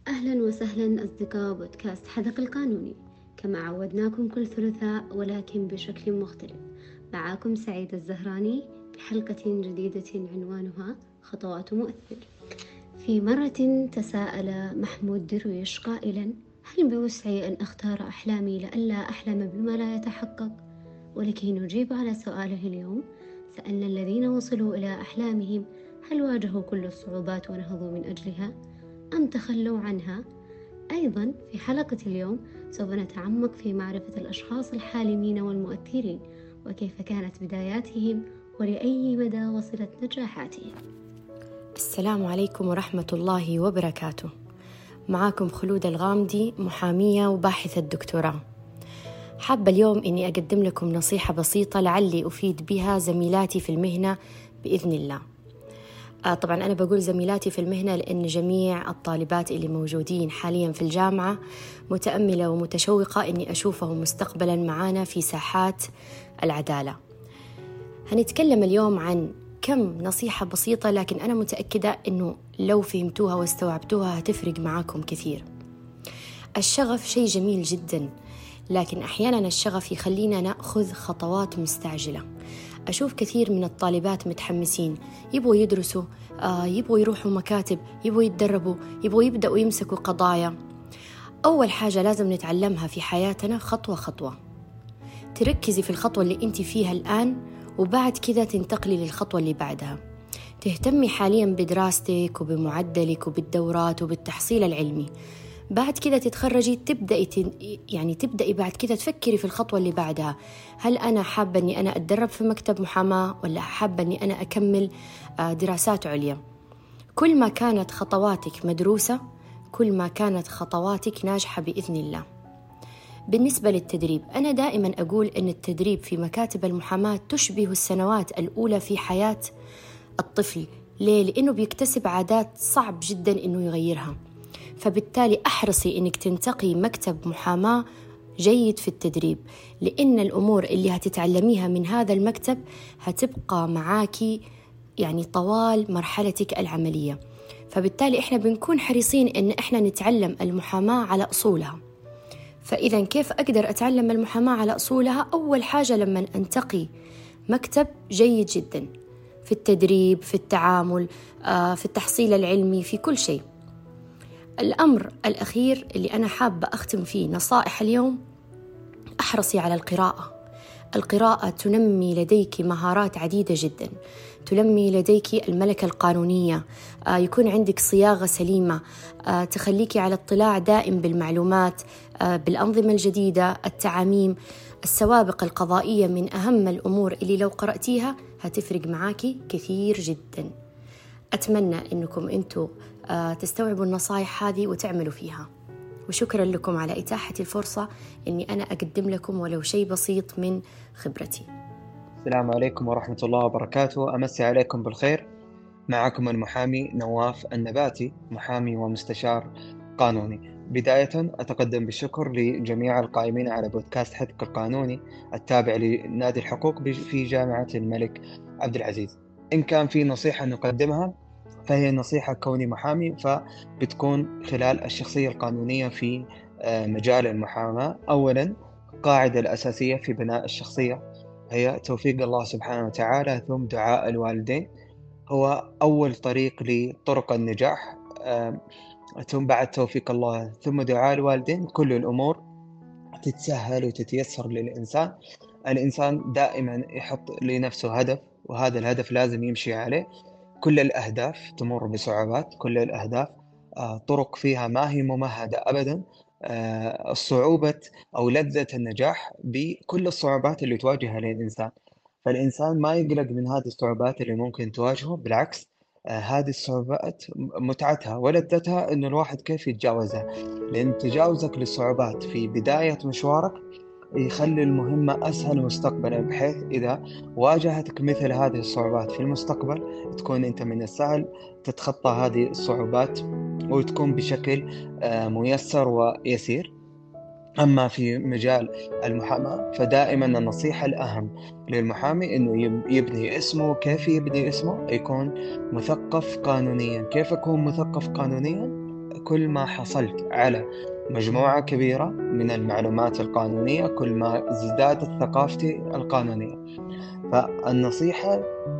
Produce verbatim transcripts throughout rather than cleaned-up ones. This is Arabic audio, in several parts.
أهلا وسهلا أصدقاء بودكاست حدق القانوني. كما عودناكم كل ثلاثاء ولكن بشكل مختلف، معاكم سعيدة الزهراني بحلقة جديدة عنوانها خطوات مؤثر. في مرة تساءل محمود درويش قائلا: هل بوسعي أن أختار أحلامي لئلا أحلم بما لا يتحقق؟ ولكي نجيب على سؤاله اليوم، سألنا الذين وصلوا إلى أحلامهم: هل واجهوا كل الصعوبات ونهضوا من أجلها أم تخلوا عنها؟ أيضا في حلقة اليوم سوف نتعمق في معرفة الأشخاص الحالمين والمؤثرين، وكيف كانت بداياتهم ولأي مدى وصلت نجاحاتهم. السلام عليكم ورحمة الله وبركاته. معاكم خلود الغامدي، محامية وباحثة دكتوراه. حابة اليوم أني أقدم لكم نصيحة بسيطة لعلي أفيد بها زميلاتي في المهنة بإذن الله. آه طبعا أنا بقول زميلاتي في المهنة لأن جميع الطالبات اللي موجودين حاليا في الجامعة متأملة ومتشوقة أني أشوفهم مستقبلا معانا في ساحات العدالة. هنتكلم اليوم عن كم نصيحة بسيطة، لكن أنا متأكدة أنه لو فهمتوها واستوعبتوها هتفرق معاكم كثير. الشغف شيء جميل جدا، لكن أحيانا الشغف يخلينا نأخذ خطوات مستعجلة. أشوف كثير من الطالبات متحمسين، يبغوا يدرسوا، آه يبغوا يروحوا مكاتب، يبغوا يتدربوا، يبغوا يبدأوا يمسكوا قضايا. أول حاجة لازم نتعلمها في حياتنا خطوة خطوة. تركزي في الخطوة اللي أنت فيها الآن، وبعد كذا تنتقلي للخطوة اللي بعدها. تهتمي حاليا بدراستك وبمعدلك وبالدورات وبالتحصيل العلمي. بعد كذا تتخرجي، تبدأي تن... يعني تبدأي بعد كذا تفكري في الخطوة اللي بعدها. هل أنا حابة أني أنا أتدرب في مكتب محاماة، ولا حابة أني أنا أكمل دراسات عليا؟ كل ما كانت خطواتك مدروسة، كل ما كانت خطواتك ناجحة بإذن الله. بالنسبة للتدريب، أنا دائما أقول أن التدريب في مكاتب المحاماة تشبه السنوات الأولى في حياة الطفل. ليه؟ لأنه بيكتسب عادات صعب جدا أنه يغيرها، فبالتالي أحرصي أنك تنتقي مكتب محاماة جيد في التدريب، لأن الأمور اللي هتتعلميها من هذا المكتب هتبقى معاكي يعني طوال مرحلتك العملية. فبالتالي إحنا بنكون حريصين أن إحنا نتعلم المحاماة على أصولها. فإذا كيف أقدر أتعلم المحاماة على أصولها؟ أول حاجة لما أنتقي مكتب جيد جدا في التدريب، في التعامل، في التحصيل العلمي، في كل شيء. الأمر الأخير اللي أنا حابة أختم فيه نصائح اليوم: أحرصي على القراءة. القراءة تنمي لديك مهارات عديدة جدا، تنمي لديك الملكة القانونية، آه يكون عندك صياغة سليمة، آه تخليك على اطلاع دائم بالمعلومات، آه بالأنظمة الجديدة، التعاميم، السوابق القضائية من أهم الأمور اللي لو قرأتيها هتفرق معاكي كثير جدا. أتمنى أنكم أنتوا آه تستوعبوا النصائح هذه وتعملوا فيها، وشكرا لكم على إتاحة الفرصة أني أنا أقدم لكم ولو شيء بسيط من خبرتي. السلام عليكم ورحمة الله وبركاته. أمسي عليكم بالخير. معكم المحامي نواف النباتي، محامي ومستشار قانوني. بداية أتقدم بالشكر لجميع القائمين على بودكاست حدق القانوني التابع لنادي الحقوق في جامعة الملك عبد العزيز. إن كان في نصيحة نقدمها فهي نصيحة كوني محامي، فبتكون خلال الشخصية القانونية في مجال المحاماة. أولا، القاعدة الأساسية في بناء الشخصية هي توفيق الله سبحانه وتعالى، ثم دعاء الوالدين هو أول طريق لطرق النجاح. ثم بعد توفيق الله ثم دعاء الوالدين كل الأمور تتسهل وتتيسر للإنسان. الإنسان دائما يحط لنفسه هدف، وهذا الهدف لازم يمشي عليه. كل الأهداف تمر بصعوبات، كل الأهداف طرق فيها ما هي ممهدة أبدا. الصعوبة أو لذة النجاح بكل الصعوبات اللي تواجهها للإنسان، فالإنسان ما يقلق من هذه الصعوبات اللي ممكن تواجهه. بالعكس، هذه الصعوبات متعتها ولذتها إنه الواحد كيف يتجاوزها، لأن تجاوزك للصعوبات في بداية مشوارك يخلي المهمة أسهل مستقبلا، بحيث إذا واجهتك مثل هذه الصعوبات في المستقبل تكون أنت من السهل تتخطى هذه الصعوبات وتكون بشكل ميسر ويسير. أما في مجال المحاماة فدائما النصيحة الأهم للمحامي أنه يبني اسمه. كيف يبني اسمه؟ يكون مثقف قانونيا. كيف أكون مثقف قانونيا؟ كل ما حصلت على مجموعة كبيرة من المعلومات القانونية كل ما ازدادت ثقافتي القانونية. فالنصيحة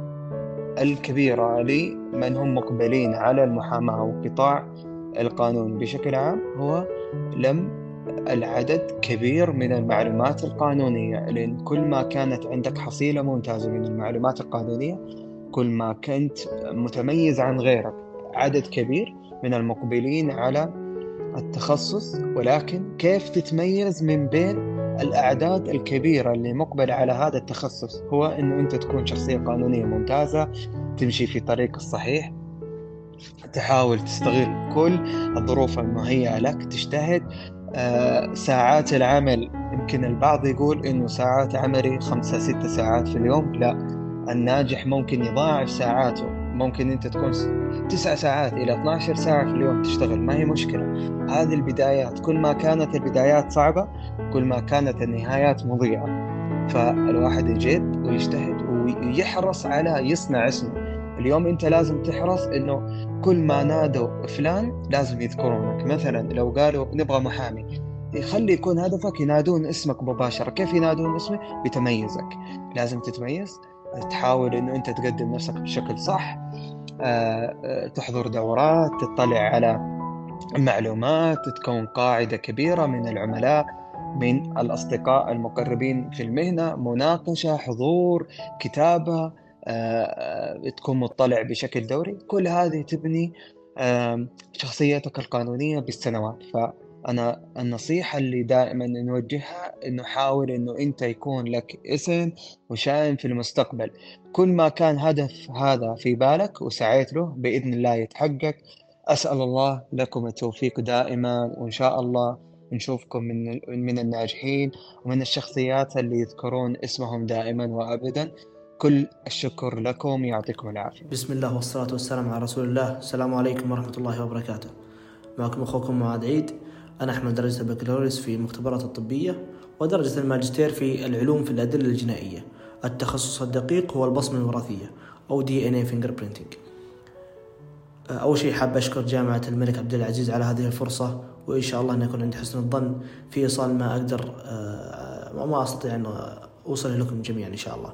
الكبيرة لمن هم مقبلين على المحاماة وقطاع القانون بشكل عام هو لم العدد كبير من المعلومات القانونية، لأن كل ما كانت عندك حصيلة ممتازة من المعلومات القانونية كل ما كنت متميز عن غيرك. عدد كبير من المقبلين على التخصص، ولكن كيف تتميز من بين الأعداد الكبيرة اللي مقبلة على هذا التخصص؟ هو أنه أنت تكون شخصية قانونية ممتازة، تمشي في طريق الصحيح، تحاول تستغل كل الظروف المهيئة لك، تجتهد. آه ساعات العمل، يمكن البعض يقول إنه ساعات عملي خمسة ستة ساعات في اليوم. لا، الناجح ممكن يضاعف ساعاته، ممكن أنت تكون تسع ساعات إلى اثنتي عشرة ساعة في اليوم تشتغل، ما هي مشكلة. هذه البدايات، كل ما كانت البدايات صعبة كل ما كانت النهايات مضيئة. فالواحد يجد ويجتهد ويحرص على يصنع اسمه. اليوم أنت لازم تحرص إنه كل ما نادوا فلان لازم يذكرونك. مثلا لو قالوا نبغى محامي، يخلي يكون هدفك ينادون اسمك مباشرة. كيف ينادون اسمك؟ بتميزك. لازم تتميز، تحاول إنه أنت تقدم نفسك بشكل صح، تحضر دورات، تطلع على معلومات، تكون قاعدة كبيرة من العملاء، من الأصدقاء المقربين في المهنة، مناقشة، حضور، كتابة، تكون مطلع بشكل دوري. كل هذه تبني شخصيتك القانونية بالسنوات. فأنا النصيحة اللي دائما نوجهها إنه حاول إنه أنت يكون لك اسم وشأن في المستقبل. كل ما كان هدف هذا في بالك وسعيت له بإذن الله يتحقق. أسأل الله لكم التوفيق دائما، وإن شاء الله نشوفكم من من الناجحين ومن الشخصيات اللي يذكرون اسمهم دائما وأبدا. كل الشكر لكم، يعطيكم العافية. بسم الله والصلاة والسلام على رسول الله. السلام عليكم ورحمة الله وبركاته. معكم أخوكم معاذ عيد. أنا أحمل درجة البكالوريوس في المختبرات الطبية ودرجة الماجستير في العلوم في الأدلة الجنائية. التخصص الدقيق هو البصمة الوراثية أو دي إن إيه fingerprinting. أول شيء حاب أشكر جامعة الملك عبد العزيز على هذه الفرصة، وإن شاء الله أن يكون عندي حسن الظن في إيصال ما أقدر وما أستطيع أن أوصل لكم جميعا إن شاء الله.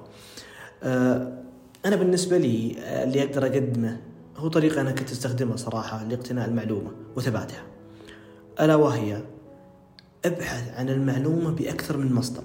أنا بالنسبة لي اللي أقدر أقدمه هو طريقة أنا كنت أستخدمها صراحة لاقتناء المعلومة وثباتها، ألا وهي ابحث عن المعلومة بأكثر من مصدر.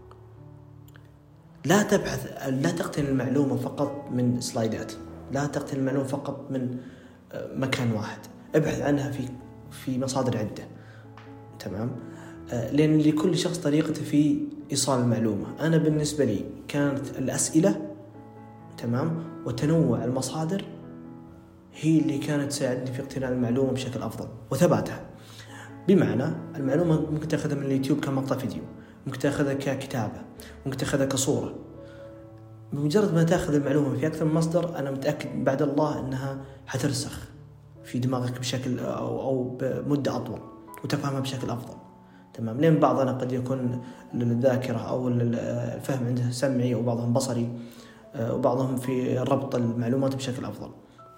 لا تبحث لا تقتني المعلومة فقط من سلايدات، لا تقتني المعلومة فقط من مكان واحد، ابحث عنها في في مصادر عدة. تمام؟ لأن لكل شخص طريقته في إيصال المعلومة. أنا بالنسبة لي كانت الأسئلة تمام وتنوع المصادر هي اللي كانت تساعدني في اقتناء المعلومة بشكل أفضل وثباتها. بمعنى المعلومة ممكن تأخذها من اليوتيوب كمقطع فيديو، ممكن تأخذها ككتابة، ممكن تأخذها كصورة. بمجرد ما تأخذ المعلومة في أكثر من مصدر أنا متأكد بعد الله أنها حترسخ في دماغك بشكل أو, أو بمدة أطول وتفهمها بشكل أفضل. تمام؟ لأن بعضنا قد يكون للذاكرة أو الفهم عنده سمعي وبعضهم بصري وبعضهم في ربط المعلومات بشكل أفضل.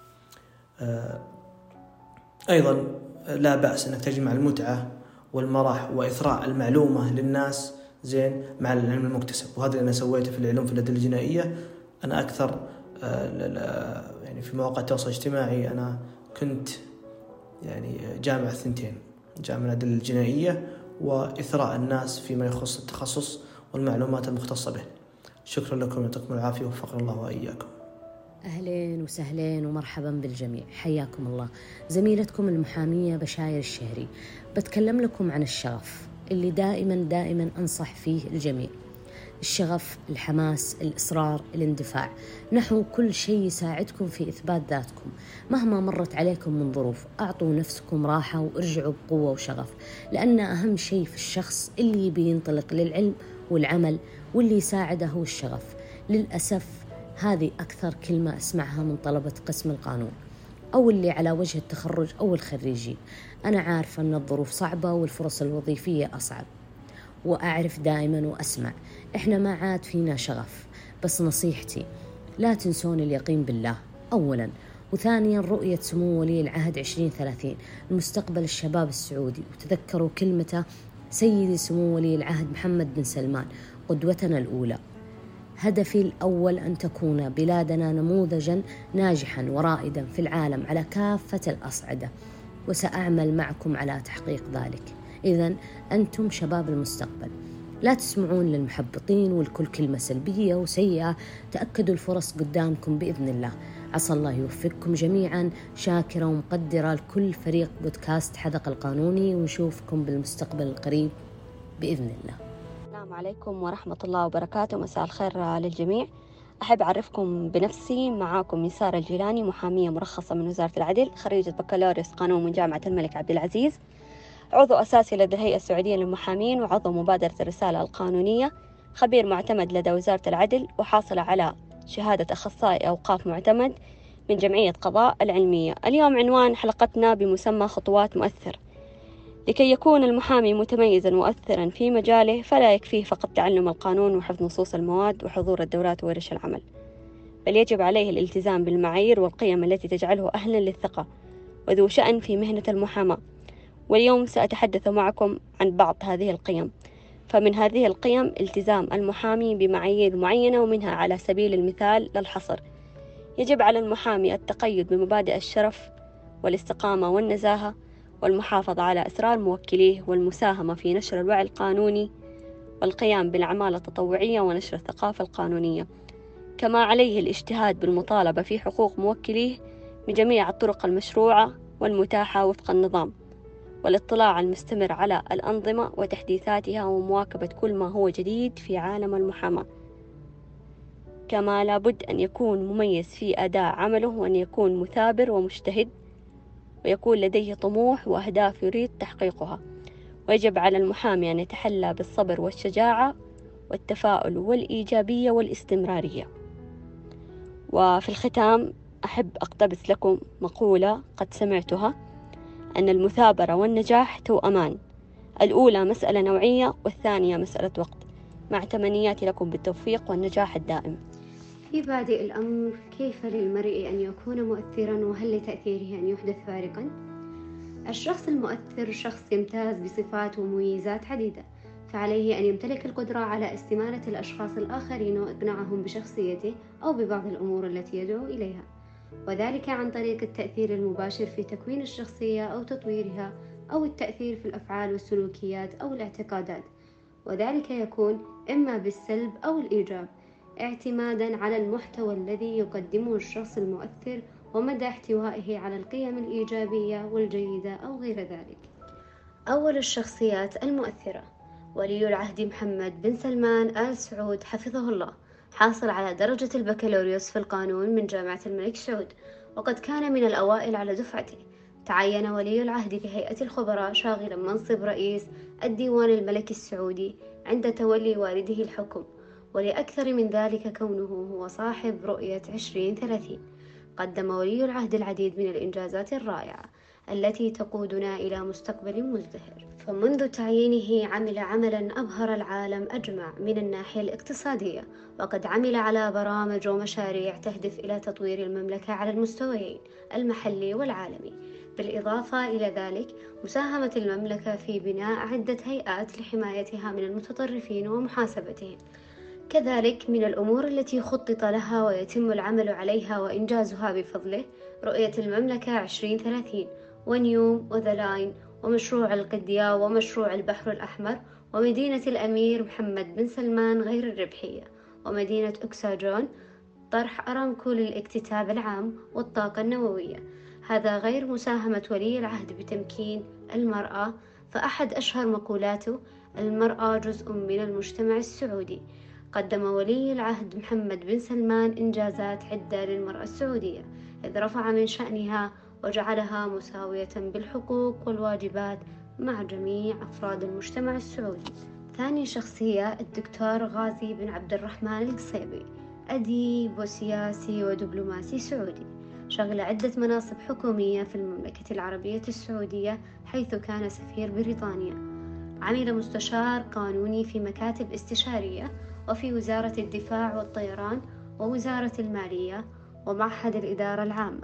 أيضا لا بأس أنك تجمع المتعة والمرح وإثراء المعلومة للناس زين مع العلم المكتسب، وهذا اللي أنا سويته في العلوم في الأدلة الجنائية. أنا أكثر يعني في مواقع التواصل الاجتماعي أنا كنت يعني جامع الثنتين، جامع الأدلة الجنائية وإثراء الناس فيما يخص التخصص والمعلومات المختصة به. شكرا لكم، يعطيكم العافية ووفقنا الله وإياكم. أهلين وسهلين ومرحبا بالجميع، حياكم الله. زميلتكم المحامية بشاير الشهري. بتكلم لكم عن الشغف اللي دائما دائما أنصح فيه الجميع. الشغف، الحماس، الإصرار، الاندفاع نحو كل شيء يساعدكم في إثبات ذاتكم. مهما مرت عليكم من ظروف أعطوا نفسكم راحة وارجعوا بقوة وشغف، لأن أهم شيء في الشخص اللي يبي ينطلق للعلم والعمل واللي يساعده هو الشغف. للأسف هذه أكثر كلمة أسمعها من طلبة قسم القانون أو اللي على وجه التخرج أو الخريجين. أنا عارفة أن الظروف صعبة والفرص الوظيفية أصعب، وأعرف دائما وأسمع إحنا ما عاد فينا شغف. بس نصيحتي لا تنسون اليقين بالله أولا، وثانيا رؤية سمو ولي العهد عشرين ثلاثين المستقبل الشباب السعودي. وتذكروا كلمته سيدي سمو ولي العهد محمد بن سلمان قدوتنا الأولى: هدفي الأول أن تكون بلادنا نموذجا ناجحا ورائدا في العالم على كافة الأصعدة، وسأعمل معكم على تحقيق ذلك. إذن أنتم شباب المستقبل، لا تسمعون للمحبطين والكل كلمة سلبية وسيئة، تأكدوا الفرص قدامكم بإذن الله. عسى الله يوفقكم جميعا. شاكرة ومقدرة لكل فريق بودكاست حدق القانوني، ونشوفكم بالمستقبل القريب بإذن الله. السلام عليكم ورحمة الله وبركاته، مساء الخير للجميع. أحب أعرفكم بنفسي، معاكم يسار الجيلاني، محامية مرخصة من وزارة العدل، خريجة بكالوريوس قانون من جامعة الملك عبد العزيز، عضو أساسي لدى الهيئة السعودية للمحامين، وعضو مبادرة الرسالة القانونية، خبير معتمد لدى وزارة العدل، وحاصلة على شهادة أخصائي أوقاف معتمد من جمعية قضاء العلمية. اليوم عنوان حلقتنا بمسمى خطوات مؤثر. لكي يكون المحامي متميزا مؤثرا في مجاله، فلا يكفيه فقط تعلم القانون وحفظ نصوص المواد وحضور الدورات وورش العمل، بل يجب عليه الالتزام بالمعايير والقيم التي تجعله أهلا للثقة وذو شأن في مهنة المحاماة. واليوم سأتحدث معكم عن بعض هذه القيم. فمن هذه القيم التزام المحامي بمعايير معينة، ومنها على سبيل المثال للحصر: يجب على المحامي التقيد بمبادئ الشرف والاستقامة والنزاهة، والمحافظة على أسرار موكليه، والمساهمة في نشر الوعي القانوني، والقيام بالأعمال التطوعية ونشر الثقافة القانونية. كما عليه الاجتهاد بالمطالبة في حقوق موكليه بجميع الطرق المشروعة والمتاحة وفق النظام، والاطلاع المستمر على الأنظمة وتحديثاتها، ومواكبة كل ما هو جديد في عالم المحاماة. كما لابد أن يكون مميز في أداء عمله، وأن يكون مثابر ومجتهد، ويكون لديه طموح وأهداف يريد تحقيقها. ويجب على المحامي أن يتحلى بالصبر والشجاعة والتفاؤل والإيجابية والاستمرارية. وفي الختام أحب أقتبس لكم مقولة قد سمعتها: أن المثابرة والنجاح توأمان، الأولى مسألة نوعية والثانية مسألة وقت. مع تمنياتي لكم بالتوفيق والنجاح الدائم. في بادئ الأمر، كيف للمرء أن يكون مؤثرا، وهل لتأثيره أن يحدث فارقا؟ الشخص المؤثر شخص يمتاز بصفات ومميزات عديدة، فعليه أن يمتلك القدرة على استمالة الأشخاص الآخرين وإقناعهم بشخصيته أو ببعض الأمور التي يدعو إليها، وذلك عن طريق التأثير المباشر في تكوين الشخصية أو تطويرها، أو التأثير في الأفعال والسلوكيات أو الاعتقادات، وذلك يكون إما بالسلب أو الإيجاب، اعتمادا على المحتوى الذي يقدمه الشخص المؤثر ومدى احتوائه على القيم الإيجابية والجيدة أو غير ذلك. أول الشخصيات المؤثرة ولي العهد محمد بن سلمان آل سعود حفظه الله، حاصل على درجة البكالوريوس في القانون من جامعة الملك سعود، وقد كان من الأوائل على دفعته. تعين ولي العهد في هيئة الخبراء شاغلا منصب رئيس الديوان الملكي السعودي عند تولي والده الحكم، ولأكثر من ذلك كونه هو صاحب رؤية عشرين ثلاثين. قدم ولي العهد العديد من الإنجازات الرائعة التي تقودنا إلى مستقبل مزدهر. فمنذ تعيينه عمل عملا أبهر العالم أجمع من الناحية الاقتصادية، وقد عمل على برامج ومشاريع تهدف إلى تطوير المملكة على المستويين المحلي والعالمي. بالإضافة إلى ذلك مساهمة المملكة في بناء عدة هيئات لحمايتها من المتطرفين ومحاسبتهم. كذلك من الأمور التي خطط لها ويتم العمل عليها وإنجازها بفضله رؤية المملكة عشرين ثلاثين، ونيوم وذا لاين، ومشروع القدية، ومشروع البحر الأحمر، ومدينة الأمير محمد بن سلمان غير الربحية، ومدينة أكساجون، طرح أرامكو للاكتتاب العام والطاقة النووية. هذا غير مساهمة ولي العهد بتمكين المرأة، فأحد أشهر مقولاته: المرأة جزء من المجتمع السعودي. قدم ولي العهد محمد بن سلمان إنجازات عدة للمرأة السعودية، إذ رفع من شأنها وجعلها مساوية بالحقوق والواجبات مع جميع أفراد المجتمع السعودي. ثاني شخصية الدكتور غازي بن عبد الرحمن القصيبي، أديب وسياسي ودبلوماسي سعودي، شغل عدة مناصب حكومية في المملكة العربية السعودية، حيث كان سفير بريطانيا. عمل مستشار قانوني في مكاتب استشارية، وفي وزارة الدفاع والطيران، ووزارة المالية، ومعهد الإدارة العامة.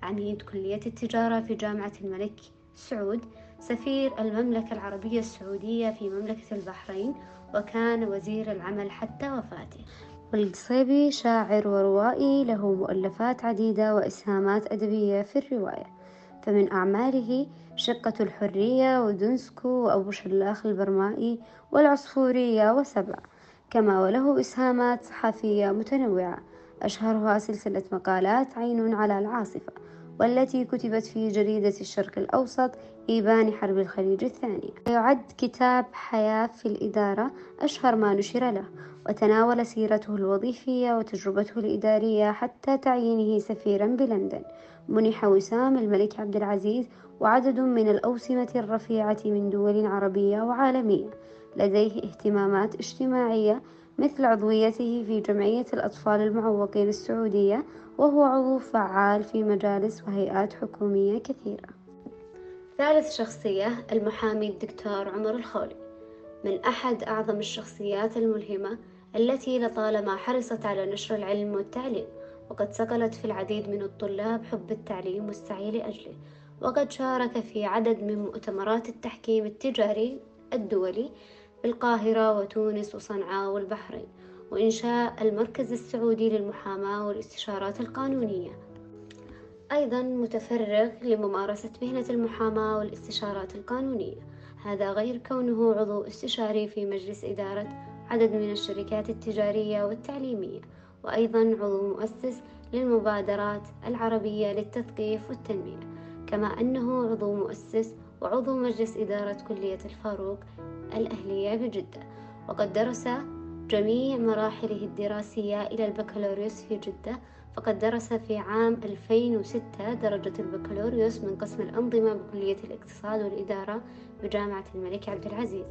عميد كلية التجارة في جامعة الملك سعود، سفير المملكة العربية السعودية في مملكة البحرين، وكان وزير العمل حتى وفاته. والقصيبي شاعر وروائي، له مؤلفات عديدة وإسهامات أدبية في الرواية، فمن أعماله شقة الحرية ودنسكو وأبو شلاخ البرمائي والعصفورية وسبع، كما وله إسهامات صحفية متنوعة، أشهرها سلسلة مقالات عين على العاصفة، والتي كتبت في جريدة الشرق الأوسط إيبان حرب الخليج الثانية. يعد كتاب حياة في الإدارة أشهر ما نشر له، وتناول سيرته الوظيفية وتجربته الإدارية حتى تعيينه سفيرا بلندن. منح وسام الملك عبد العزيز وعدد من الأوسمة الرفيعة من دول عربية وعالمية. لديه اهتمامات اجتماعية مثل عضويته في جمعية الأطفال المعوقين السعودية، وهو عضو فعال في مجالس وهيئات حكومية كثيرة. ثالث شخصية المحامي الدكتور عمر الخولي، من أحد أعظم الشخصيات الملهمة التي لطالما حرصت على نشر العلم والتعليم، وقد صقلت في العديد من الطلاب حب التعليم والسعي لأجله، وقد شارك في عدد من مؤتمرات التحكيم التجاري الدولي بالقاهرة وتونس وصنعاء والبحرين، وإنشاء المركز السعودي للمحاماة والاستشارات القانونية. أيضا متفرغ لممارسة مهنة المحاماة والاستشارات القانونية، هذا غير كونه عضو استشاري في مجلس إدارة عدد من الشركات التجارية والتعليمية، وأيضا عضو مؤسس للمبادرات العربية للتثقيف والتنمية، كما أنه عضو مؤسس وعضو مجلس إدارة كلية الفاروق الأهلية بجدة، وقد درس جميع مراحله الدراسية إلى البكالوريوس في جدة، فقد درس في عام ألفين وستة درجة البكالوريوس من قسم الأنظمة بكلية الاقتصاد والإدارة بجامعة الملك عبد العزيز،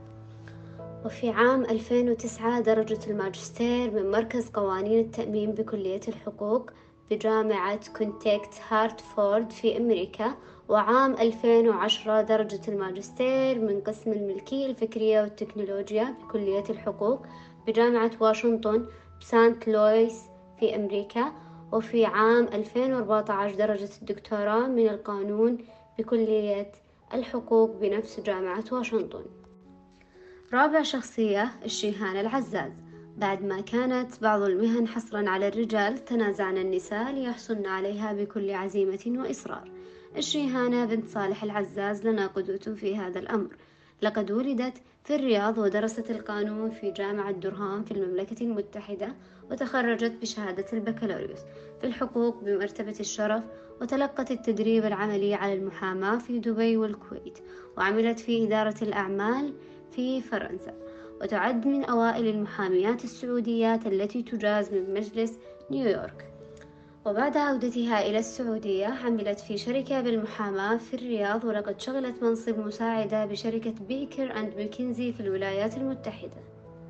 وفي عام ألفين وتسعة درجة الماجستير من مركز قوانين التأمين بكلية الحقوق بجامعة كونتكت هارتفورد في أمريكا، وعام ألفين وعشرة درجة الماجستير من قسم الملكية الفكرية والتكنولوجيا بكلية الحقوق بجامعة واشنطن بسانت لويس في أمريكا، وفي عام ألفين وأربعة عشر درجة الدكتوراه من القانون بكلية الحقوق بنفس جامعة واشنطن. رابع شخصية الشيهان العزاز، بعد ما كانت بعض المهن حصرا على الرجال تنازعن النساء ليحصلن عليها بكل عزيمة وإصرار. الشيهانة بنت صالح العزاز لنا قدوة في هذا الأمر، لقد ولدت في الرياض ودرست القانون في جامعة درهام في المملكة المتحدة، وتخرجت بشهادة البكالوريوس في الحقوق بمرتبة الشرف، وتلقت التدريب العملي على المحاماة في دبي والكويت، وعملت في إدارة الأعمال في فرنسا، وتعد من أوائل المحاميات السعوديات التي تجاز من مجلس نيويورك. وبعد عودتها إلى السعودية عملت في شركة بالمحاماة في الرياض، ولقد شغلت منصب مساعدة بشركة بيكر أند ميكنزي في الولايات المتحدة،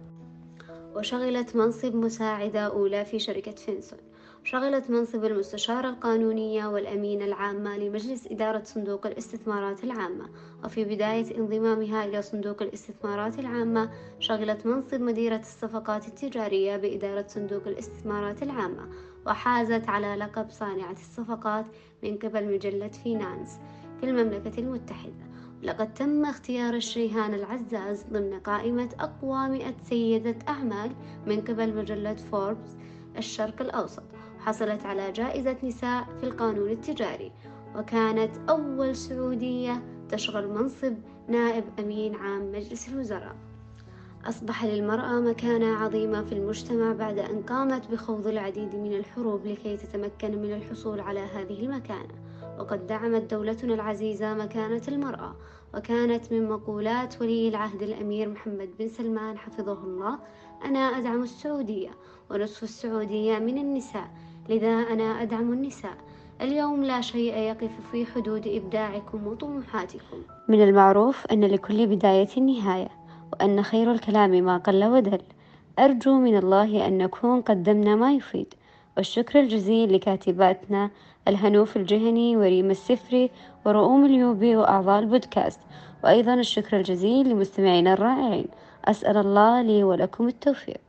وشغلت منصب مساعدة أولى في شركة فينسون، شغلت منصب المستشارة القانونية والأمينة العامة لمجلس إدارة صندوق الاستثمارات العامة، وفي بداية انضمامها إلى صندوق الاستثمارات العامة شغلت منصب مديرة الصفقات التجارية بإدارة صندوق الاستثمارات العامة، وحازت على لقب صانعة الصفقات من قبل مجلة فينانس في المملكة المتحدة. لقد تم اختيار الشيهان العزاز ضمن قائمة أقوى مئة سيدة أعمال من قبل مجلة فوربس الشرق الأوسط، حصلت على جائزة نساء في القانون التجاري، وكانت أول سعودية تشغل منصب نائب أمين عام مجلس الوزراء. أصبح للمرأة مكانة عظيمة في المجتمع بعد أن قامت بخوض العديد من الحروب لكي تتمكن من الحصول على هذه المكانة، وقد دعمت دولتنا العزيزة مكانة المرأة، وكانت من مقولات ولي العهد الأمير محمد بن سلمان حفظه الله: أنا أدعم السعودية ونصف السعودية من النساء، لذا أنا أدعم النساء. اليوم لا شيء يقف في حدود إبداعكم وطموحاتكم. من المعروف أن لكل بداية نهاية، وأن خير الكلام ما قل ودل. أرجو من الله أن نكون قدمنا ما يفيد، والشكر الجزيل لكاتباتنا الهنوف الجهني وريم السفري ورؤوم اليوبي وأعضاء البودكاست، وأيضا الشكر الجزيل لمستمعينا الرائعين. أسأل الله لي ولكم التوفيق.